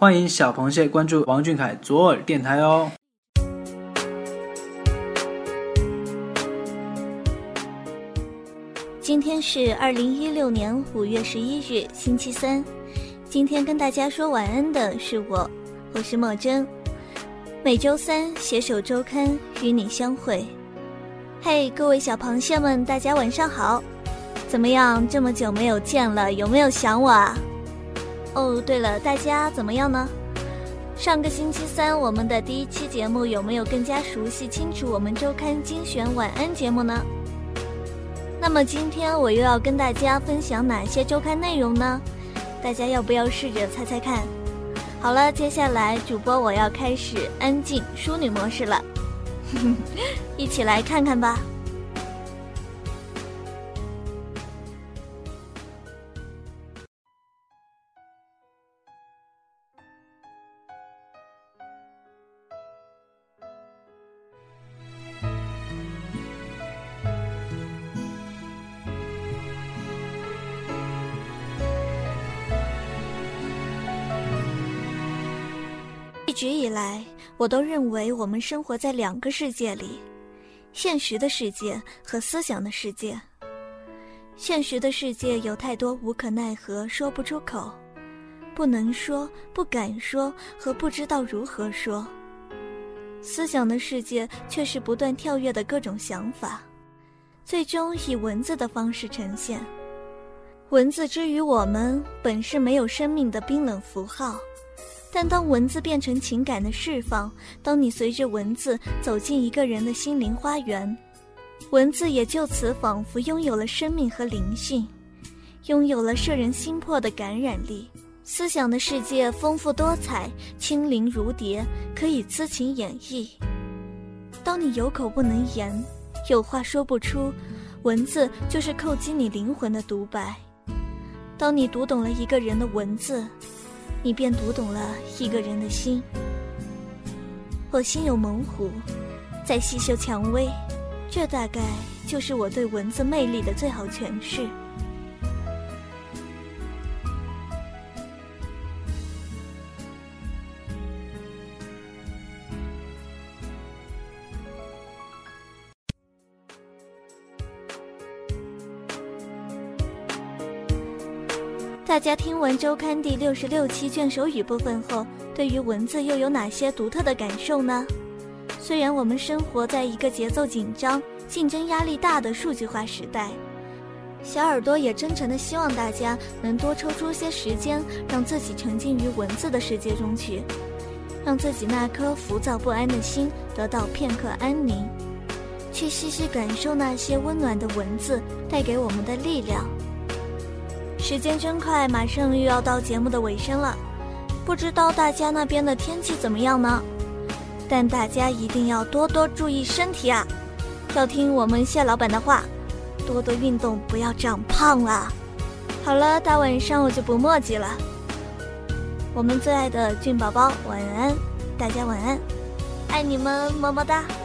欢迎小螃蟹关注王俊凯左耳电台哦。 今天是2016年5月11日，星期三。今天跟大家说晚安的是我是莫真。每周三携手周刊与你相会。嘿，各位小螃蟹们，大家晚上好。怎么样？这么久没有见了，有没有想我啊？哦，对了，大家怎么样呢？上个星期三我们的第一期节目有没有更加熟悉清楚我们周刊精选晚安节目呢？那么今天我又要跟大家分享哪些周刊内容呢？大家要不要试着猜猜看？好了，接下来主播我要开始安静淑女模式了，一起来看看吧。一直以来，我都认为我们生活在两个世界里，现实的世界和思想的世界。现实的世界有太多无可奈何说不出口，不能说、不敢说和不知道如何说。思想的世界却是不断跳跃的各种想法，最终以文字的方式呈现。文字之于我们本是没有生命的冰冷符号，但当文字变成情感的释放，当你随着文字走进一个人的心灵花园，文字也就此仿佛拥有了生命和灵性，拥有了摄人心魄的感染力。思想的世界丰富多彩，轻灵如蝶，可以姿情演绎。当你有口不能言，有话说不出，文字就是叩击你灵魂的独白。当你读懂了一个人的文字，你便读懂了一个人的心。我心有猛虎，在细嗅蔷薇，这大概就是我对文字魅力的最好诠释。大家听完周刊第66期卷首语部分后，对于文字又有哪些独特的感受呢？虽然我们生活在一个节奏紧张、竞争压力大的数据化时代，小耳朵也真诚地希望大家能多抽出些时间，让自己沉浸于文字的世界中去，让自己那颗浮躁不安的心得到片刻安宁，去细细感受那些温暖的文字带给我们的力量。时间真快，马上又要到节目的尾声了，不知道大家那边的天气怎么样呢？但大家一定要多多注意身体啊，要听我们谢老板的话，多多运动，不要长胖啦。好了，大晚上我就不墨迹了，我们最爱的俊宝宝晚安，大家晚安，爱你们，么么哒。